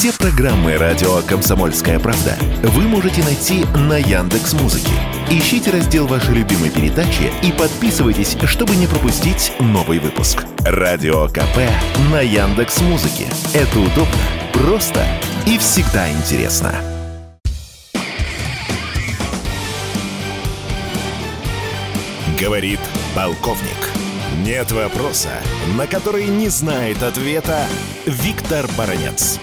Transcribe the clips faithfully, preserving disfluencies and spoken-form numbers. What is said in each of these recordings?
Все программы радио «Комсомольская правда» вы можете найти на Яндекс.Музыке. Ищите раздел вашей любимой передачи и подписывайтесь, чтобы не пропустить новый выпуск. Радио КП на Яндекс.Музыке. Это удобно, просто и всегда интересно. Говорит полковник. Нет вопроса, на который не знает ответа Виктор Баранец.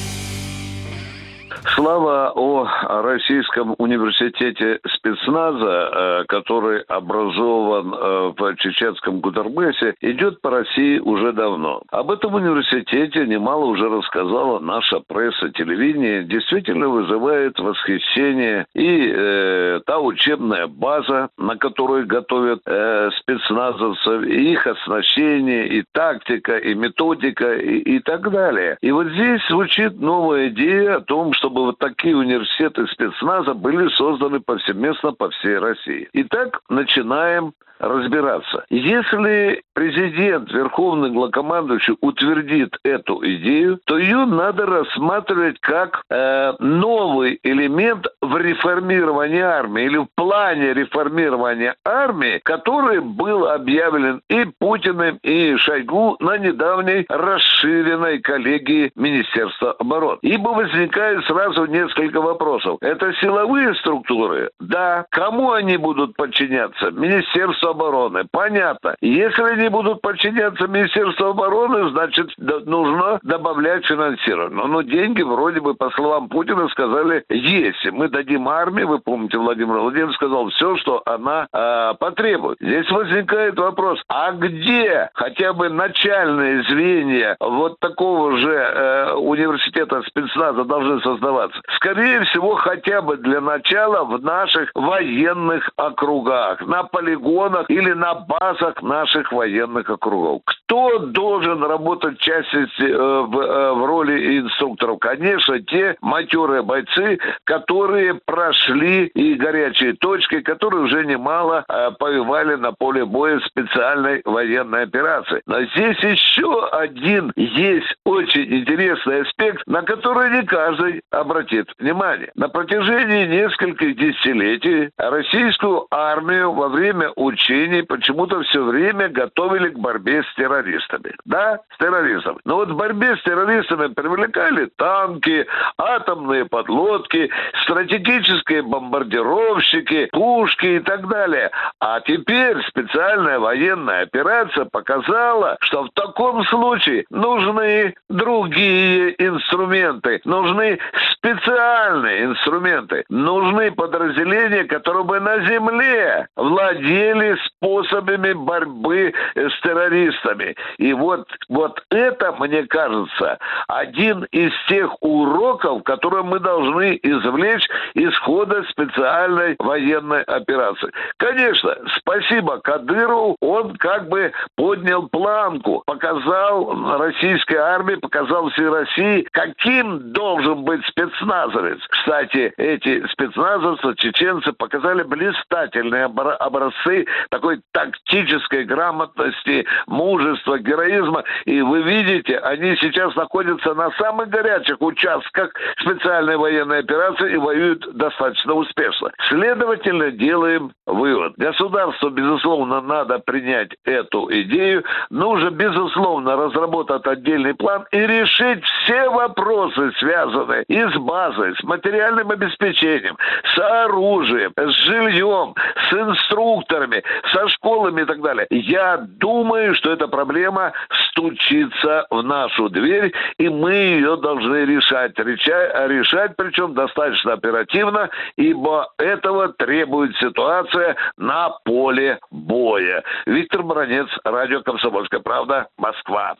Слава о Российском университете спецназа, который образован в чеченском Гудермесе, идет по России уже давно. Об этом университете немало уже рассказала наша пресса, телевидение. Действительно вызывает восхищение и э, та учебная база, на которой готовят э, спецназовцев, и их оснащение, и тактика, и методика, и, и так далее. И вот здесь звучит новая идея о том, чтобы вот такие университеты спецназа были созданы повсеместно по всей России. Итак, начинаем разбираться. Если президент, верховный главнокомандующий утвердит эту идею, то ее надо рассматривать как э, новый элемент в реформировании армии или в плане реформирования армии, который был объявлен и Путиным, и Шойгу на недавней расширенной коллегии Министерства обороны. Ибо возникает сразу несколько вопросов. Это силовые структуры? Да. Кому они будут подчиняться? Министерству обороны. Понятно. Если они будут подчиняться Министерству обороны, значит, нужно добавлять финансирование. Но, но деньги вроде бы, по словам Путина, сказали, есть. Мы дадим армии, вы помните, Владимир Владимирович сказал все, что она э, потребует. Здесь возникает вопрос, а где хотя бы начальные звенья вот такого же э, университета спецназа должны создаваться? Скорее всего, хотя бы для начала в наших военных округах, на полигонах или на базах наших военных округов. Кто должен работать в частности э, в, э, в роли инструкторов? Конечно, те матерые бойцы, которые прошли и горячие точки, которые уже немало э, повивали на поле боя специальной военной операции. Но здесь еще один есть очень интересный аспект, на который не каждый обратит внимание. На протяжении нескольких десятилетий российскую армию во время учений почему-то все время готовили к борьбе с террористами. Да, с террористами. Но вот в борьбе с террористами привлекали танки, атомные подлодки, стратегические бомбардировщики, пушки и так далее. А теперь специальная военная операция показала, что в таком случае нужны другие инструменты, нужны специальные инструменты, нужны подразделения, которые бы на земле владели способами борьбы с террористами. И вот, вот это, мне кажется, один из тех уроков, которые мы должны извлечь из хода специальной военной операции. Конечно, спасибо Кадырову, он как бы поднял планку, показал российской армии, показал всей России, каким должен быть спецназовец. Кстати, эти спецназовцы, чеченцы, показали блистательные образцы такой тактической грамотности, мужества, героизма. И вы видите, они сейчас находятся на самых горячих участках специальной военной операции и воюют достаточно успешно. Следовательно, делаем вывод. Государству, безусловно, надо принять эту идею. Нужно, безусловно, разработать отдельный план и решить все вопросы, связанные и с базой, с материальным обеспечением, с оружием, с жильем, с инструкторами, со школами и так далее. Я думаю, что эта проблема стучится в нашу дверь, и мы ее должны решать. Решать, решать причем достаточно оперативно, ибо этого требует ситуация на поле боя. Виктор Баранец, радио «Комсомольская правда», Москва.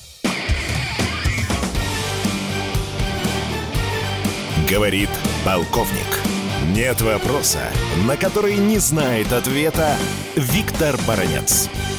Говорит полковник. Нет вопроса, на который не знает ответа Виктор Баранец.